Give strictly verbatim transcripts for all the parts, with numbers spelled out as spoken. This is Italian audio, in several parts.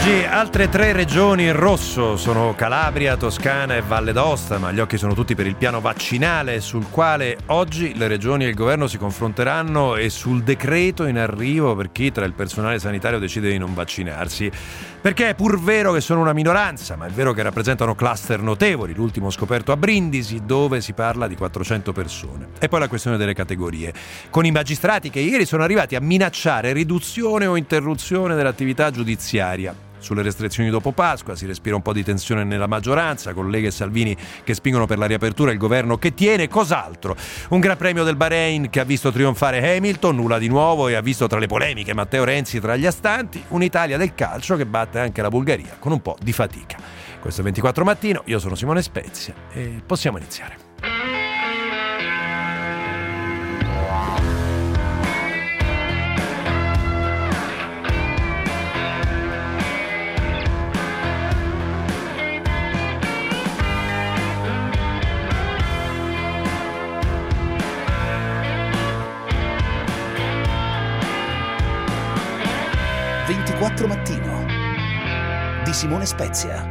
Oggi altre tre regioni in rosso sono Calabria, Toscana e Valle d'Aosta, ma gli occhi sono tutti per il piano vaccinale sul quale oggi le regioni e il governo si confronteranno e sul decreto in arrivo per chi tra il personale sanitario decide di non vaccinarsi. Perché è pur vero che sono una minoranza, ma è vero che rappresentano cluster notevoli, l'ultimo scoperto a Brindisi dove si parla di quattrocento persone. E poi la questione delle categorie, con i magistrati che ieri sono arrivati a minacciare riduzione o interruzione dell'attività giudiziaria. Sulle restrizioni dopo Pasqua si respira un po' di tensione nella maggioranza, con Lega e Salvini che spingono per la riapertura e il governo che tiene cos'altro. Un gran premio del Bahrain che ha visto trionfare Hamilton, nulla di nuovo, e ha visto tra le polemiche Matteo Renzi tra gli astanti. Un'Italia del calcio che batte anche la Bulgaria con un po' di fatica. Questo è ventiquattro Mattino, io sono Simone Spezia e possiamo iniziare. ventiquattro Mattino di Simone Spezia.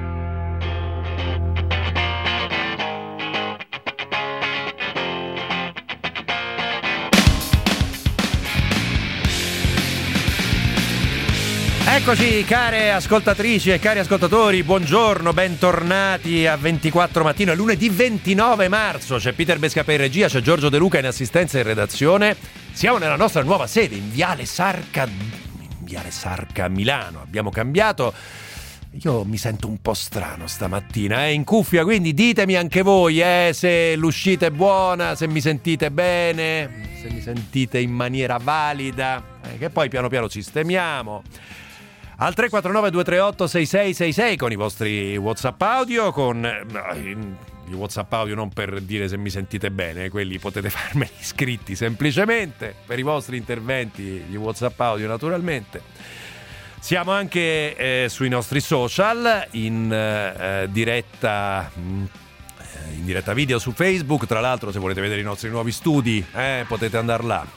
Eccoci care ascoltatrici e cari ascoltatori, buongiorno, bentornati a ventiquattro Mattino, è lunedì ventinove marzo, c'è Peter Bescapè in regia, c'è Giorgio De Luca in assistenza e in redazione. Siamo nella nostra nuova sede in Viale Sarca, in Viale Sarca a Milano, abbiamo cambiato. Io mi sento un po' strano stamattina, eh, in cuffia, quindi ditemi anche voi eh, se l'uscita è buona, se mi sentite bene, se mi sentite in maniera valida, eh, che poi piano piano sistemiamo. Al tre quattro nove due tre otto sei sei sei sei con i vostri WhatsApp audio, con i WhatsApp audio non per dire se mi sentite bene, quelli potete farmeli scritti semplicemente, per i vostri interventi gli WhatsApp audio naturalmente. Siamo anche eh, sui nostri social in eh, diretta in diretta video su Facebook, tra l'altro se volete vedere i nostri nuovi studi eh, potete andare là.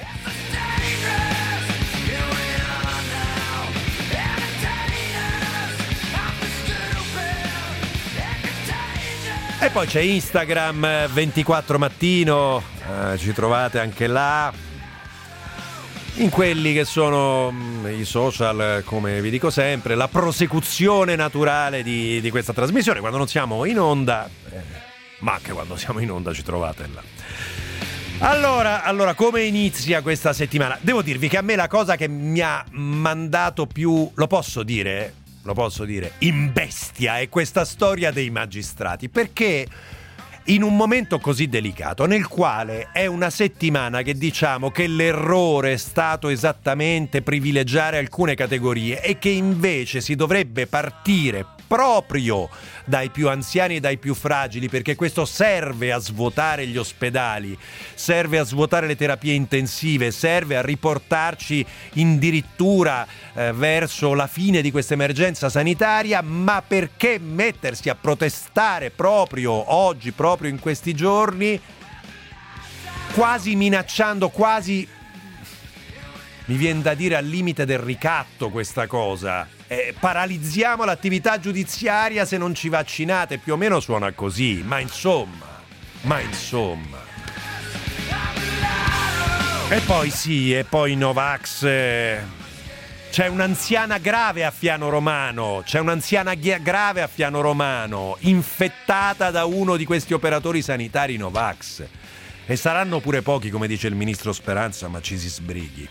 E poi c'è Instagram ventiquattro Mattino, eh, ci trovate anche là, in quelli che sono i social, come vi dico sempre, la prosecuzione naturale di, di questa trasmissione. Quando non siamo in onda, eh, ma anche quando siamo in onda ci trovate là. Allora, allora, come inizia questa settimana? Devo dirvi che a me la cosa che mi ha mandato più, lo posso dire? Lo posso dire, in bestia è questa storia dei magistrati, perché in un momento così delicato, nel quale è una settimana che diciamo che l'errore è stato esattamente privilegiare alcune categorie e che invece si dovrebbe partire proprio dai più anziani e dai più fragili, perché questo serve a svuotare gli ospedali, serve a svuotare le terapie intensive, serve a riportarci addirittura eh, verso la fine di questa emergenza sanitaria. Ma perché mettersi a protestare proprio oggi, proprio in questi giorni, quasi minacciando, quasi, mi viene da dire, al limite del ricatto questa cosa? Eh, paralizziamo l'attività giudiziaria se non ci vaccinate, più o meno suona così, ma insomma, ma insomma. E poi sì, e poi Novax, eh, c'è un'anziana grave a Fiano Romano, c'è un'anziana grave a Fiano Romano, infettata da uno di questi operatori sanitari Novax. E saranno pure pochi, come dice il ministro Speranza, ma ci si sbrighi.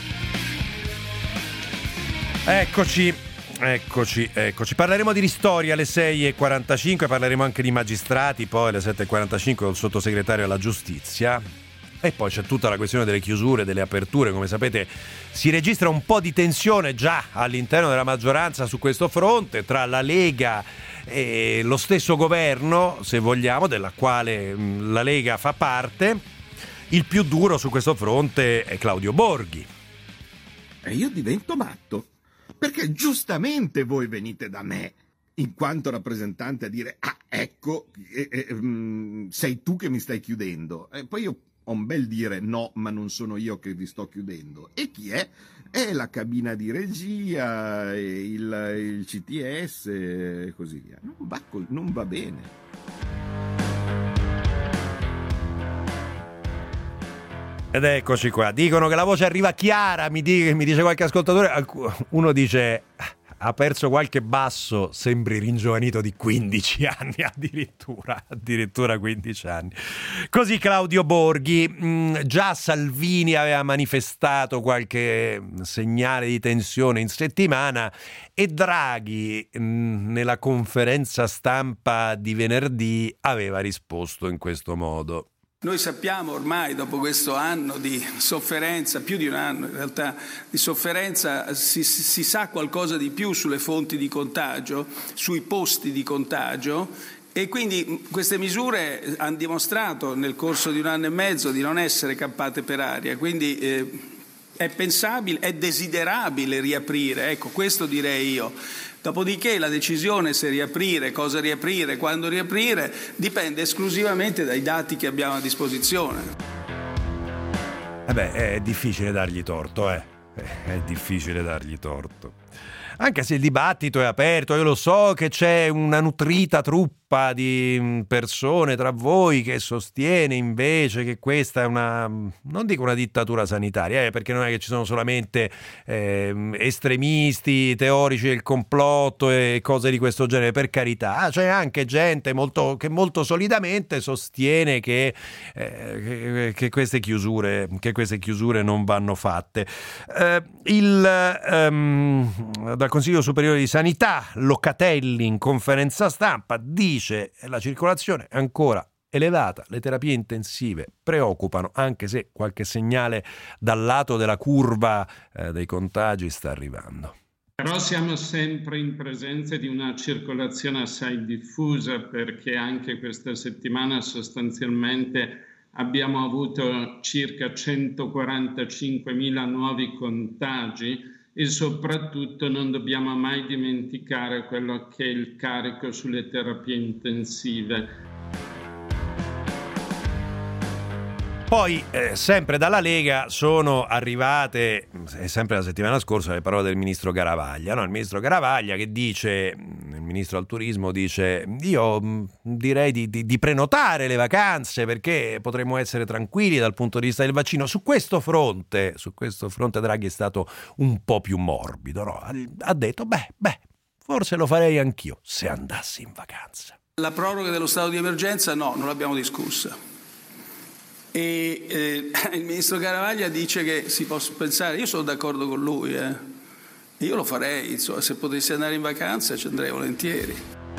Eccoci. Eccoci, eccoci. Parleremo di ristori alle sei e quarantacinque, parleremo anche di magistrati, poi alle sette e quarantacinque col sottosegretario alla giustizia. E poi c'è tutta la questione delle chiusure, delle aperture. Come sapete si registra un po' di tensione già all'interno della maggioranza su questo fronte, tra la Lega e lo stesso governo, se vogliamo, della quale la Lega fa parte. Il più duro su questo fronte è Claudio Borghi. E io divento matto. Perché giustamente voi venite da me, in quanto rappresentante, a dire ah, ecco, eh, eh, mh, sei tu che mi stai chiudendo. E poi io ho un bel dire no, ma non sono io che vi sto chiudendo. E chi è? È la cabina di regia, il, il C T S e così via. Non va, non va bene. Ed eccoci qua, dicono che la voce arriva chiara, mi, di, mi dice qualche ascoltatore, uno dice ha perso qualche basso, sembri ringiovanito di quindici anni, addirittura, addirittura quindici anni. Così Claudio Borghi, mh, già Salvini aveva manifestato qualche segnale di tensione in settimana e Draghi mh, nella conferenza stampa di venerdì aveva risposto in questo modo. Noi sappiamo ormai, dopo questo anno di sofferenza, più di un anno in realtà, di sofferenza, si, si sa qualcosa di più sulle fonti di contagio, sui posti di contagio, e quindi queste misure hanno dimostrato nel corso di un anno e mezzo di non essere campate per aria, quindi eh, è pensabile, è desiderabile riaprire, ecco, questo direi io. Dopodiché la decisione se riaprire, cosa riaprire, quando riaprire, dipende esclusivamente dai dati che abbiamo a disposizione. Eh beh, è difficile dargli torto, eh. È difficile dargli torto. Anche se il dibattito è aperto, io lo so che c'è una nutrita truppa di persone tra voi che sostiene invece che questa è una, non dico una dittatura sanitaria, eh, perché non è che ci sono solamente eh, estremisti, teorici del complotto e cose di questo genere, per carità, c'è anche gente molto, che molto solidamente sostiene che, eh, che, che, queste chiusure, che queste chiusure non vanno fatte. Eh, il um, dal Consiglio Superiore di Sanità Locatelli in conferenza stampa dice la circolazione è ancora elevata, le terapie intensive preoccupano, anche se qualche segnale dal lato della curva eh, dei contagi sta arrivando. Però siamo sempre in presenza di una circolazione assai diffusa, perché anche questa settimana sostanzialmente abbiamo avuto circa centoquarantacinquemila nuovi contagi e soprattutto non dobbiamo mai dimenticare quello che è il carico sulle terapie intensive. Poi, eh, sempre dalla Lega, sono arrivate, eh, sempre la settimana scorsa, le parole del ministro Garavaglia. No? Il ministro Garavaglia che dice, il ministro al turismo dice, io mh, direi di, di, di prenotare le vacanze perché potremmo essere tranquilli dal punto di vista del vaccino. Su questo fronte, su questo fronte Draghi è stato un po' più morbido. No? Ha detto, beh, beh, forse lo farei anch'io se andassi in vacanza. La proroga dello stato di emergenza no, non l'abbiamo discussa. E eh, il ministro Garavaglia dice che si può pensare, io sono d'accordo con lui, eh. Io lo farei, insomma, se potessi andare in vacanza ci andrei volentieri.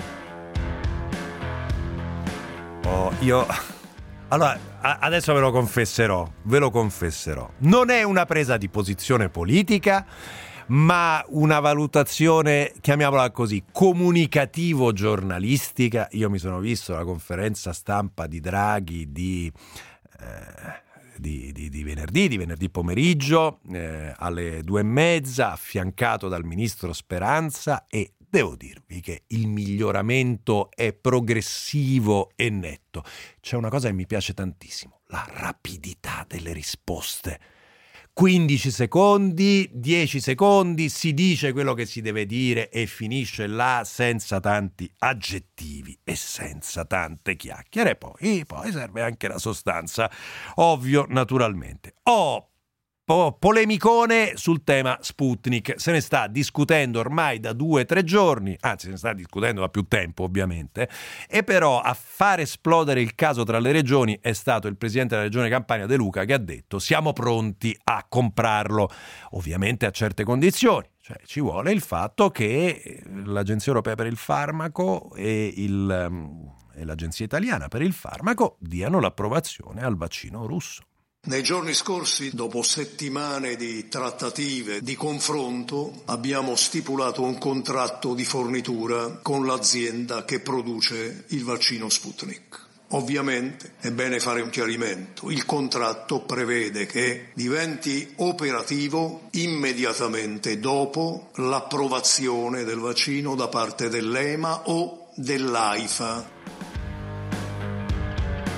Oh, io allora adesso ve lo confesserò, ve lo confesserò. Non è una presa di posizione politica, ma una valutazione, chiamiamola così, comunicativo-giornalistica. Io mi sono visto la conferenza stampa di Draghi di Eh, di, di, di venerdì, di venerdì pomeriggio eh, alle due e mezza, affiancato dal ministro Speranza, e devo dirvi che il miglioramento è progressivo e netto. C'è una cosa che mi piace tantissimo, la rapidità delle risposte. quindici secondi, dieci secondi, si dice quello che si deve dire e finisce là senza tanti aggettivi e senza tante chiacchiere. Poi, poi serve anche la sostanza, ovvio, naturalmente. Oh, po- polemicone sul tema Sputnik. Se ne sta discutendo ormai da due o tre giorni, anzi se ne sta discutendo da più tempo ovviamente, e però a far esplodere il caso tra le regioni è stato il presidente della regione Campania De Luca, che ha detto siamo pronti a comprarlo, ovviamente a certe condizioni. Cioè ci vuole il fatto che l'Agenzia Europea per il Farmaco e, il, e l'Agenzia Italiana per il Farmaco diano l'approvazione al vaccino russo. Nei giorni scorsi, dopo settimane di trattative, di confronto, abbiamo stipulato un contratto di fornitura con l'azienda che produce il vaccino Sputnik. Ovviamente è bene fare un chiarimento. Il contratto prevede che diventi operativo immediatamente dopo l'approvazione del vaccino da parte dell'E M A o dell'AIFA.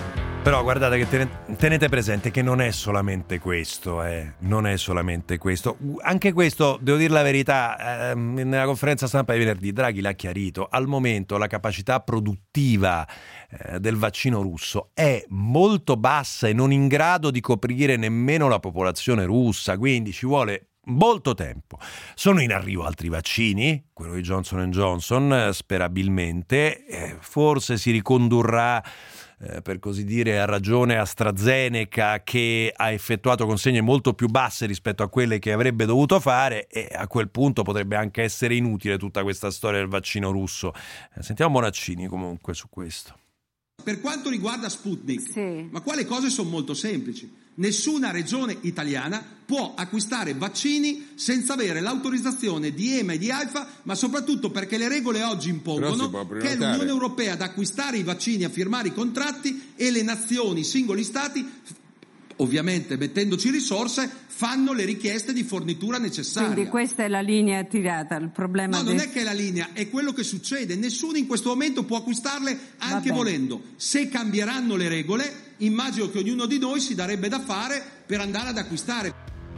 Però guardate che tenete, tenete presente che non è solamente questo, eh. non è solamente questo. Anche questo, devo dire la verità, ehm, nella conferenza stampa di venerdì Draghi l'ha chiarito, al momento la capacità produttiva eh, del vaccino russo è molto bassa e non in grado di coprire nemmeno la popolazione russa, quindi ci vuole molto tempo. Sono in arrivo altri vaccini, quello di Johnson and Johnson, sperabilmente, eh, forse si ricondurrà Eh, per così dire a ragione AstraZeneca, che ha effettuato consegne molto più basse rispetto a quelle che avrebbe dovuto fare, e a quel punto potrebbe anche essere inutile tutta questa storia del vaccino russo. Eh, sentiamo Bonaccini comunque su questo. Per quanto riguarda Sputnik, sì. ma qua le cose sono molto semplici. Nessuna regione italiana può acquistare vaccini senza avere l'autorizzazione di E M A e di AIFA, ma soprattutto perché le regole oggi impongono che è l'Unione Europea ad acquistare i vaccini, a firmare i contratti, e le nazioni, i singoli stati, ovviamente mettendoci risorse, fanno le richieste di fornitura necessaria. Quindi questa è la linea tirata, il problema No, del... non è che è la linea, è quello che succede. Nessuno in questo momento può acquistarle, anche volendo. Se cambieranno le regole, immagino che ognuno di noi si darebbe da fare per andare ad acquistare.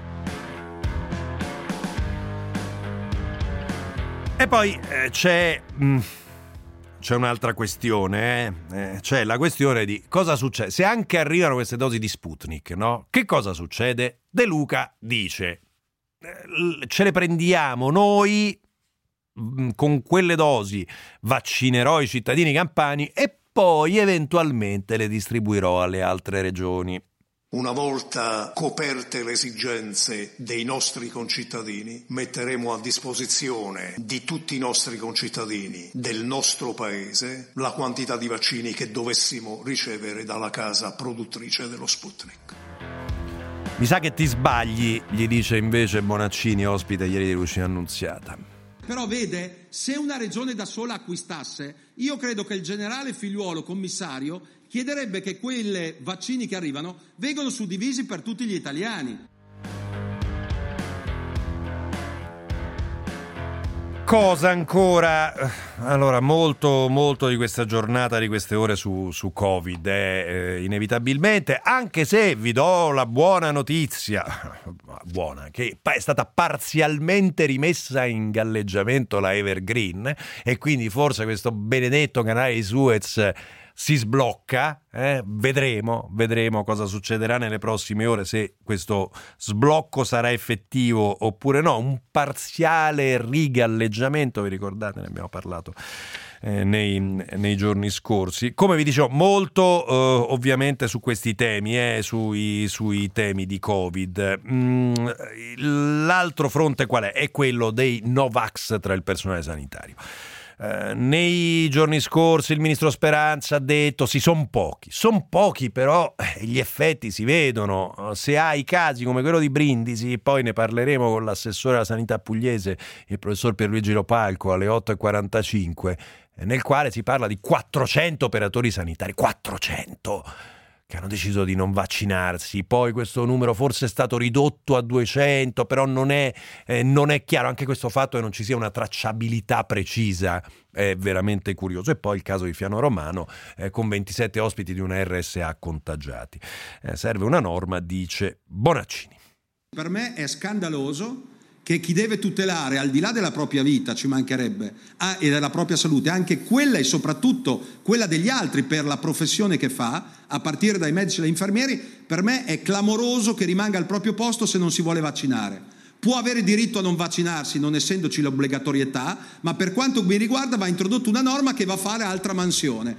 E poi eh, c'è... Mh... C'è un'altra questione, eh? Eh, c'è la questione di cosa succede se anche arrivano queste dosi di Sputnik, no? Che cosa succede? De Luca dice, eh, ce le prendiamo noi, mh, con quelle dosi vaccinerò i cittadini campani e poi eventualmente le distribuirò alle altre regioni. Una volta coperte le esigenze dei nostri concittadini, metteremo a disposizione di tutti i nostri concittadini del nostro paese la quantità di vaccini che dovessimo ricevere dalla casa produttrice dello Sputnik. Mi sa che ti sbagli, gli dice invece Bonaccini, ospite ieri di Luce Annunziata. Però vede, se una regione da sola acquistasse, io credo che il generale Figliuolo, commissario, chiederebbe che quei vaccini che arrivano vengano suddivisi per tutti gli italiani. Cosa ancora? Allora, molto, molto di questa giornata, di queste ore su, su Covid, eh, eh, inevitabilmente, anche se vi do la buona notizia, buona, che è stata parzialmente rimessa in galleggiamento la Evergreen, e quindi forse questo benedetto canale di Suez si sblocca, eh? vedremo, vedremo cosa succederà nelle prossime ore, se questo sblocco sarà effettivo oppure no. Un parziale rigalleggiamento, vi ricordate, ne abbiamo parlato eh, nei, nei giorni scorsi. Come vi dicevo, molto eh, ovviamente su questi temi, eh, sui, sui temi di Covid. Mm, l'altro fronte qual è? È quello dei Novax tra il personale sanitario. Uh, nei giorni scorsi il ministro Speranza ha detto sì, sono pochi, sono pochi però eh, gli effetti si vedono. Uh, se hai casi come quello di Brindisi, poi ne parleremo con l'assessore alla sanità pugliese, il professor Pierluigi Lopalco, alle otto e quarantacinque, eh, nel quale si parla di quattrocento operatori sanitari, quattrocento che hanno deciso di non vaccinarsi. Poi questo numero forse è stato ridotto a duecento, però non è, eh, non è chiaro. Anche questo fatto che non ci sia una tracciabilità precisa è veramente curioso. E poi il caso di Fiano Romano, eh, con ventisette ospiti di una R S A contagiati. Eh, serve una norma, dice Bonaccini. Per me è scandaloso che chi deve tutelare, al di là della propria vita, ci mancherebbe, ah, e della propria salute, anche quella e soprattutto quella degli altri per la professione che fa, a partire dai medici e dagli infermieri, per me è clamoroso che rimanga al proprio posto se non si vuole vaccinare. Può avere diritto a non vaccinarsi, non essendoci l'obbligatorietà, ma per quanto mi riguarda va introdotta una norma che va a fare altra mansione.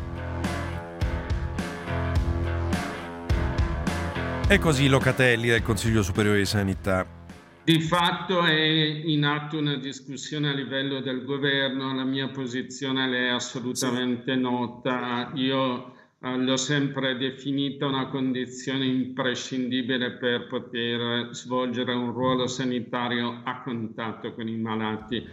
E così Locatelli del Consiglio Superiore di Sanità. Di fatto è in atto una discussione a livello del governo, la mia posizione le è assolutamente nota. Io eh, l'ho sempre definita una condizione imprescindibile per poter svolgere un ruolo sanitario a contatto con i malati.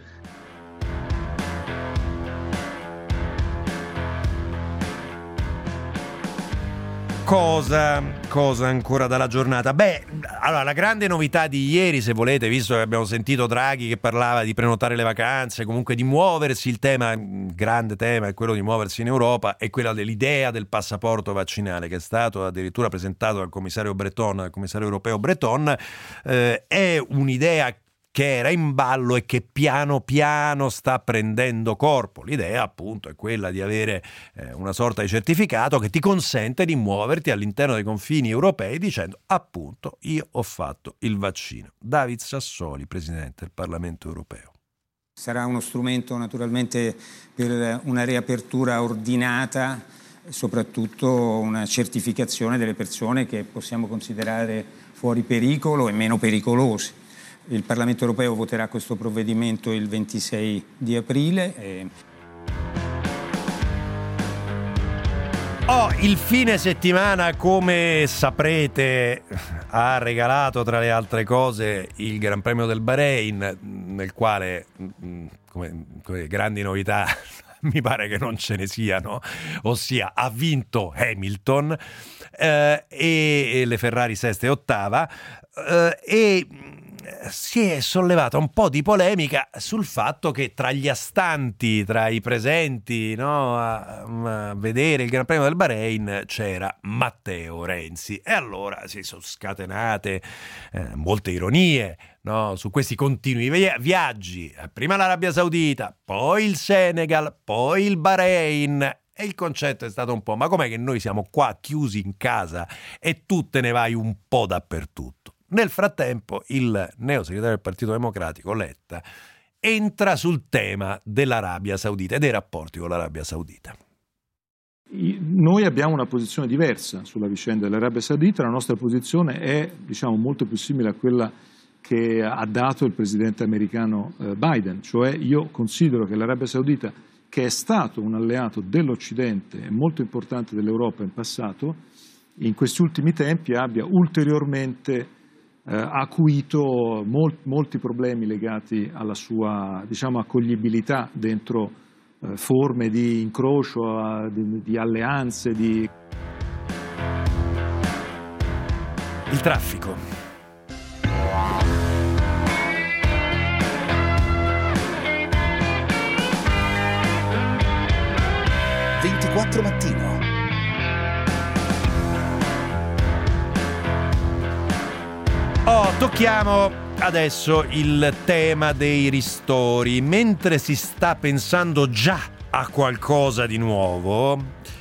Cosa, cosa ancora dalla giornata? Beh, allora la grande novità di ieri, se volete, visto che abbiamo sentito Draghi che parlava di prenotare le vacanze, comunque di muoversi, il tema, il grande tema è quello di muoversi in Europa, è quella dell'idea del passaporto vaccinale che è stato addirittura presentato dal commissario Breton, dal commissario europeo Breton, eh, è un'idea che era in ballo e che piano piano sta prendendo corpo. L'idea appunto è quella di avere eh, una sorta di certificato che ti consente di muoverti all'interno dei confini europei dicendo appunto io ho fatto il vaccino. David Sassoli, Presidente del Parlamento Europeo. Sarà uno strumento naturalmente per una riapertura ordinata, soprattutto una certificazione delle persone che possiamo considerare fuori pericolo e meno pericolose. Il Parlamento europeo voterà questo provvedimento il ventisei di aprile. E... Oh, il fine settimana, come saprete, ha regalato tra le altre cose il Gran Premio del Bahrain, nel quale, come, come grandi novità, mi pare che non ce ne siano, ossia ha vinto Hamilton eh, e, e le Ferrari sesta e ottava eh, e si è sollevata un po' di polemica sul fatto che tra gli astanti, tra i presenti, no, a, a vedere il Gran Premio del Bahrain c'era Matteo Renzi e allora si sono scatenate eh, molte ironie, no, su questi continui via- viaggi, prima l'Arabia Saudita, poi il Senegal, poi il Bahrain. E il concetto è stato un po', ma com'è che noi siamo qua chiusi in casa e tu te ne vai un po' dappertutto? Nel frattempo il neosegretario del Partito Democratico Letta entra sul tema dell'Arabia Saudita e dei rapporti con l'Arabia Saudita. Noi abbiamo una posizione diversa sulla vicenda dell'Arabia Saudita, la nostra posizione è, diciamo, molto più simile a quella che ha dato il presidente americano Biden, cioè io considero che l'Arabia Saudita, che è stato un alleato dell'Occidente e molto importante dell'Europa in passato, in questi ultimi tempi abbia ulteriormente eh, acuito mol- molti problemi legati alla sua, diciamo, accoglibilità dentro eh, forme di incrocio, a, di, di alleanze, di... Il traffico. ventiquattro Mattino. Oh, tocchiamo adesso il tema dei ristori. Mentre si sta pensando già a qualcosa di nuovo,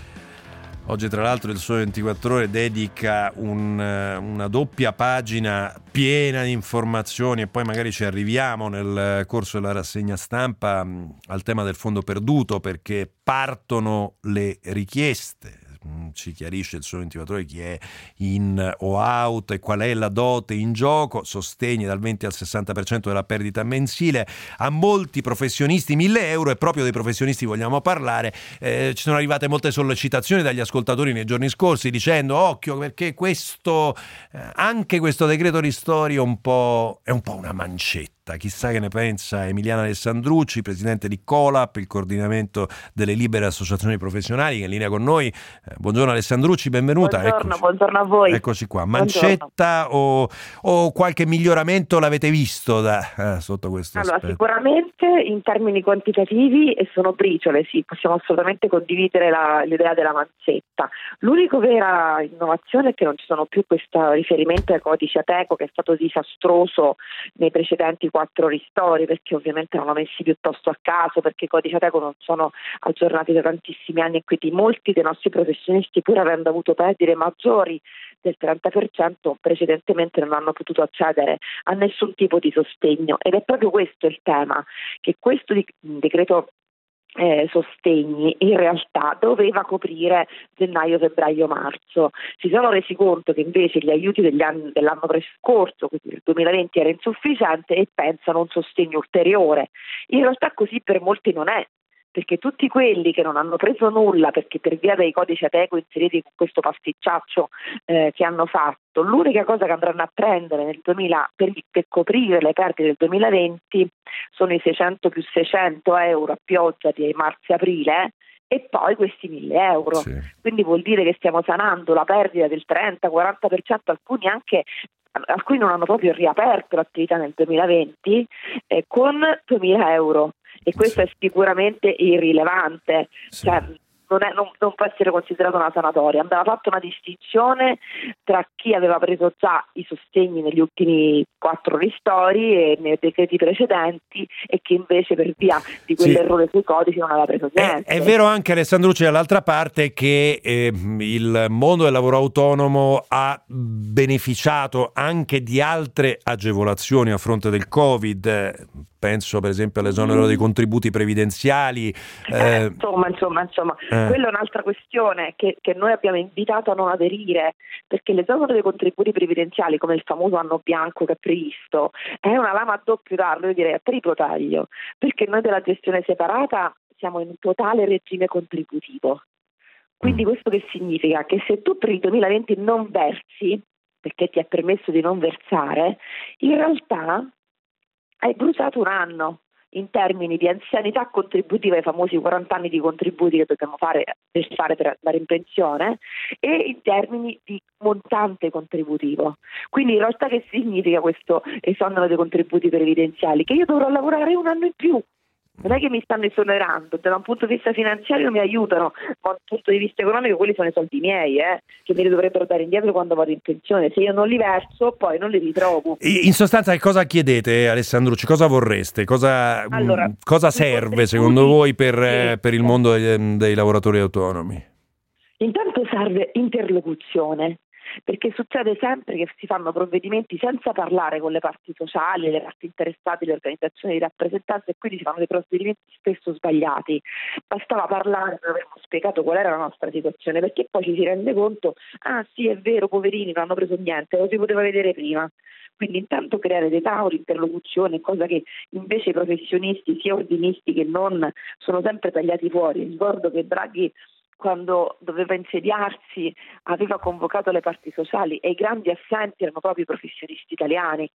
oggi tra l'altro il Sole ventiquattro Ore dedica un, una doppia pagina piena di informazioni e poi magari ci arriviamo nel corso della rassegna stampa al tema del fondo perduto, perché partono le richieste. Ci chiarisce il Sole ventiquattro Ore chi è in o out e qual è la dote in gioco, sostegni dal venti al sessanta per cento della perdita mensile a molti professionisti, mille euro, e proprio dei professionisti vogliamo parlare. Eh, ci sono arrivate molte sollecitazioni dagli ascoltatori nei giorni scorsi dicendo occhio perché questo eh, anche questo decreto ristori è un po', è un po' una mancetta. Chissà che ne pensa Emiliana Alessandrucci, presidente di Colap, il coordinamento delle libere associazioni professionali, che è in linea con noi. Eh, buongiorno Alessandrucci, benvenuta. Buongiorno, Eccoci. buongiorno a voi. Eccoci qua. Mancetta o, o qualche miglioramento l'avete visto da, eh, sotto questo allora, aspetto? Sicuramente in termini quantitativi e sono briciole, sì, possiamo assolutamente condividere la, l'idea della mancetta. L'unica vera innovazione è che non ci sono più questo riferimento ai codici Ateco, che è stato disastroso nei precedenti quattro ristori, perché ovviamente non l'ho messi piuttosto a caso, perché i codici Ateco non sono aggiornati da tantissimi anni e quindi molti dei nostri professionisti, pur avendo avuto perdite maggiori del trenta per cento, precedentemente non hanno potuto accedere a nessun tipo di sostegno, ed è proprio questo il tema, che questo di- decreto Eh, sostegni in realtà doveva coprire gennaio, febbraio, marzo. Si sono resi conto che invece gli aiuti degli anni, dell'anno scorso, quindi del duemilaventi, era insufficiente e pensano a un sostegno ulteriore. In realtà così per molti non è, perché tutti quelli che non hanno preso nulla perché per via dei codici Ateco inseriti con questo pasticciaccio eh, che hanno fatto, l'unica cosa che andranno a prendere nel duemila per, per coprire le perdite del duemilaventi sono i seicento più seicento euro a pioggia di marzo e aprile, e poi questi mille euro. Sì. Quindi vuol dire che stiamo sanando la perdita del trenta quaranta per cento, alcuni anche alcuni non hanno proprio riaperto l'attività nel duemilaventi eh, con duemila euro, e questo sì. è sicuramente irrilevante. Sì. Cioè, Non, è, non, non può essere considerata una sanatoria. Andava fatta una distinzione tra chi aveva preso già i sostegni negli ultimi quattro ristori e nei decreti precedenti e chi invece per via di quell'errore sì. sui codici non aveva preso niente. È, è vero anche, Alessandrucci, dall'altra parte che eh, il mondo del lavoro autonomo ha beneficiato anche di altre agevolazioni a fronte del Covid. Penso per esempio all'esonero dei contributi previdenziali. Eh, insomma, insomma, insomma, eh. quella è un'altra questione che, che noi abbiamo invitato a non aderire, perché l'esonero dei contributi previdenziali, come il famoso anno bianco che è previsto, è una lama a doppio taglio, io direi a triplo taglio, perché noi della gestione separata siamo in totale regime contributivo. Quindi questo che significa? Che se tu per il duemilaventi non versi, perché ti è permesso di non versare, in realtà hai bruciato un anno in termini di anzianità contributiva, i famosi quaranta anni di contributi che dobbiamo fare per, fare per andare in pensione, e in termini di montante contributivo. Quindi in realtà che significa questo esonero dei contributi previdenziali? Che io dovrò lavorare un anno in più. Non è che mi stanno esonerando, da un punto di vista finanziario mi aiutano, ma dal punto di vista economico quelli sono i soldi miei, eh, che mi li dovrebbero dare indietro quando vado in pensione. Se io non li verso, poi non li ritrovo. In sostanza, che cosa chiedete, Alessandrucci? Cosa vorreste? Cosa, allora, mh, cosa serve secondo voi per, eh, per il mondo dei, dei lavoratori autonomi? Intanto serve interlocuzione, perché succede sempre che si fanno provvedimenti senza parlare con le parti sociali, le parti interessate, le organizzazioni di rappresentanza, e quindi si fanno dei provvedimenti spesso sbagliati. Bastava parlare, non avremmo spiegato qual era la nostra situazione, perché poi ci si rende conto, ah sì è vero, poverini non hanno preso niente, lo si poteva vedere prima. Quindi intanto creare dei tavoli, interlocuzione, cosa che invece i professionisti, sia ordinisti che non, sono sempre tagliati fuori. Ricordo che Draghi, quando doveva insediarsi, aveva convocato le parti sociali e i grandi assenti erano proprio i professionisti italiani.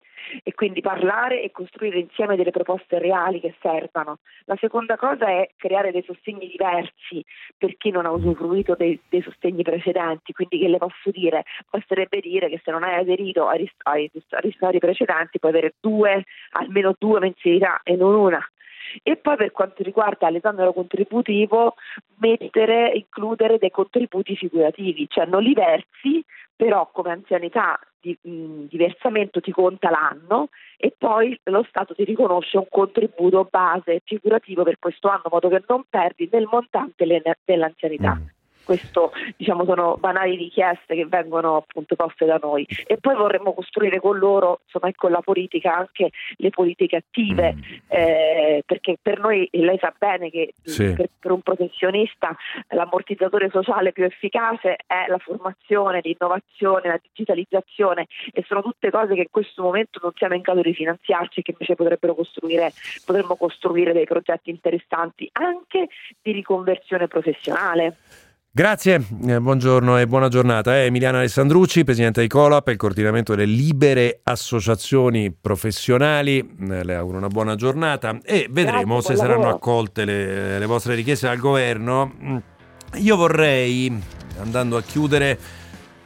E quindi parlare e costruire insieme delle proposte reali che servano. La seconda cosa è creare dei sostegni diversi per chi non ha usufruito dei, dei sostegni precedenti. Quindi che le posso dire? Basterebbe dire che se non hai aderito ai, ai, ai ristori precedenti puoi avere due, almeno due mensilità e non una. E poi per quanto riguarda l'esonero contributivo, mettere, includere dei contributi figurativi, cioè non li versi, però come anzianità di, mh, di versamento ti conta l'anno e poi lo Stato ti riconosce un contributo base figurativo per questo anno, in modo che non perdi nel montante le, dell'anzianità. Mm. Questo, diciamo, sono banali richieste che vengono appunto poste da noi, e poi vorremmo costruire con loro, insomma, e con la politica anche le politiche attive, eh, perché per noi, lei sa bene che sì. per, per un professionista l'ammortizzatore sociale più efficace è la formazione, l'innovazione, la digitalizzazione, e sono tutte cose che in questo momento non siamo in grado di finanziarci e che invece potrebbero costruire, potremmo costruire dei progetti interessanti anche di riconversione professionale. Grazie, eh, buongiorno e buona giornata. È Emiliana Alessandrucci, presidente di Colap, il coordinamento delle libere associazioni professionali. Eh, le auguro una buona giornata e vedremo Grazie, se saranno lavoro. accolte le, le vostre richieste dal governo. Io vorrei, andando a chiudere,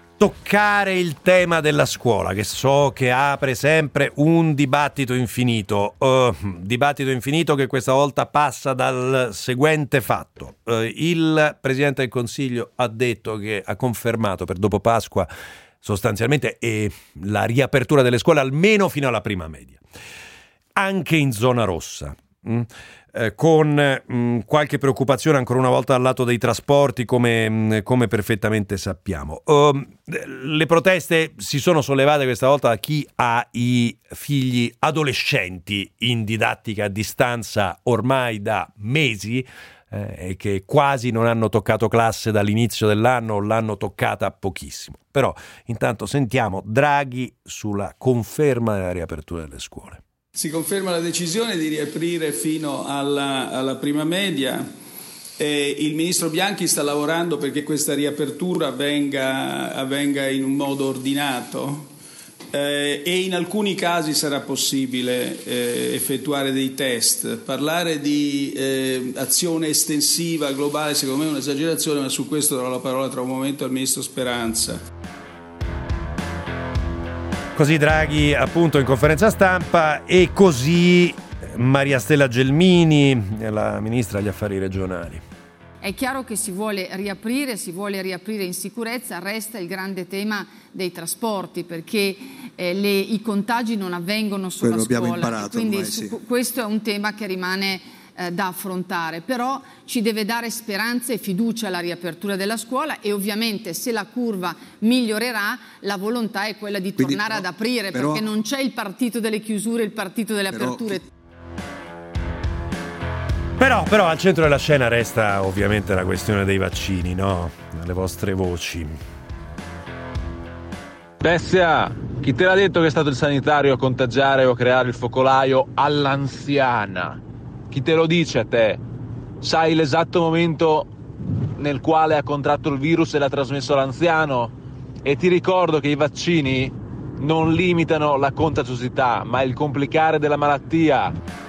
toccare il tema della scuola, che so che apre sempre un dibattito infinito, uh, dibattito infinito che questa volta passa dal seguente fatto. Uh, il Presidente del Consiglio ha detto che ha confermato per dopo Pasqua sostanzialmente eh, la riapertura delle scuole almeno fino alla prima media, anche in zona rossa. Mm? Eh, con mh, qualche preoccupazione ancora una volta dal lato dei trasporti, come, mh, come perfettamente sappiamo. Uh, le proteste si sono sollevate questa volta da chi ha i figli adolescenti in didattica a distanza ormai da mesi eh, e che quasi non hanno toccato classe dall'inizio dell'anno o l'hanno toccata pochissimo. Però intanto sentiamo Draghi sulla conferma della riapertura delle scuole. Si conferma la decisione di riaprire fino alla, alla prima media. E il ministro Bianchi sta lavorando perché questa riapertura avvenga, avvenga in un modo ordinato. eh, e in alcuni casi sarà possibile eh, effettuare dei test. Parlare di eh, azione estensiva globale secondo me è un'esagerazione, ma su questo darò la parola tra un momento al Ministro Speranza. Così Draghi appunto in conferenza stampa, e così Maria Stella Gelmini, la Ministra degli Affari Regionali. È chiaro che si vuole riaprire, si vuole riaprire in sicurezza, resta il grande tema dei trasporti, perché eh, le, i contagi non avvengono sulla Quello scuola, imparato, quindi ormai, su, sì. questo è un tema che rimane eh, da affrontare, però ci deve dare speranza e fiducia alla riapertura della scuola, e ovviamente se la curva migliorerà la volontà è quella di Quindi, tornare però, ad aprire, però, perché non c'è il partito delle chiusure, il partito delle però, aperture. Però, però al centro della scena resta ovviamente la questione dei vaccini, no? Le vostre voci. Bessia, chi te l'ha detto che è stato il sanitario a contagiare o creare il focolaio all'anziana? Chi te lo dice a te? Sai l'esatto momento nel quale ha contratto il virus e l'ha trasmesso all'anziano? E ti ricordo che i vaccini non limitano la contagiosità, ma il complicare della malattia.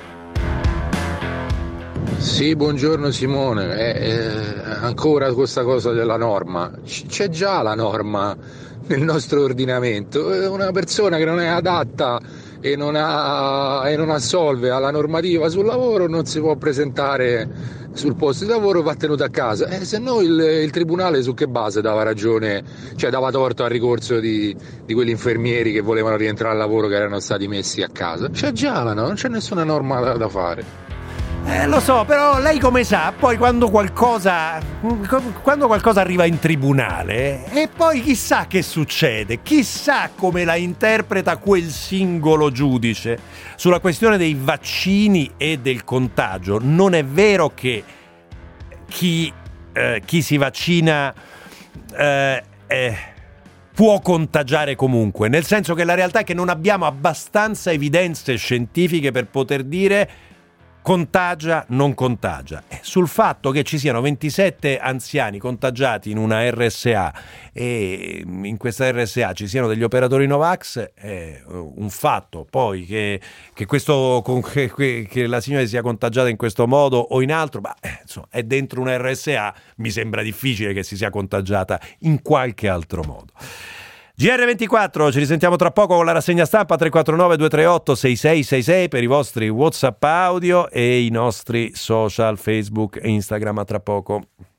Sì, buongiorno Simone, eh, eh, ancora questa cosa della norma, C- c'è già la norma nel nostro ordinamento, una persona che non è adatta e non, ha, e non assolve alla normativa sul lavoro non si può presentare sul posto di lavoro, va tenuto a casa, eh, se no il, il tribunale su che base dava ragione, cioè dava torto al ricorso di, di quegli infermieri che volevano rientrare al lavoro che erano stati messi a casa? C'è già la norma, non c'è nessuna norma da, da fare. Eh, lo so, però lei come sa, poi quando qualcosa quando qualcosa arriva in tribunale, e poi chissà che succede, chissà come la interpreta quel singolo giudice sulla questione dei vaccini e del contagio. Non è vero che chi, eh, chi si vaccina eh, eh, può contagiare comunque, nel senso che la realtà è che non abbiamo abbastanza evidenze scientifiche per poter dire contagia, non contagia. Sul fatto che ci siano ventisette anziani contagiati in una R S A e in questa R S A ci siano degli operatori Novax è un fatto. Poi che, che, questo, che, che la signora sia contagiata in questo modo o in altro, ma insomma, è dentro una R S A, mi sembra difficile che si sia contagiata in qualche altro modo. G R ventiquattro, ci risentiamo tra poco con la rassegna stampa. Tre quattro nove due tre otto sei sei sei sei per i vostri WhatsApp audio e i nostri social Facebook e Instagram. A tra poco.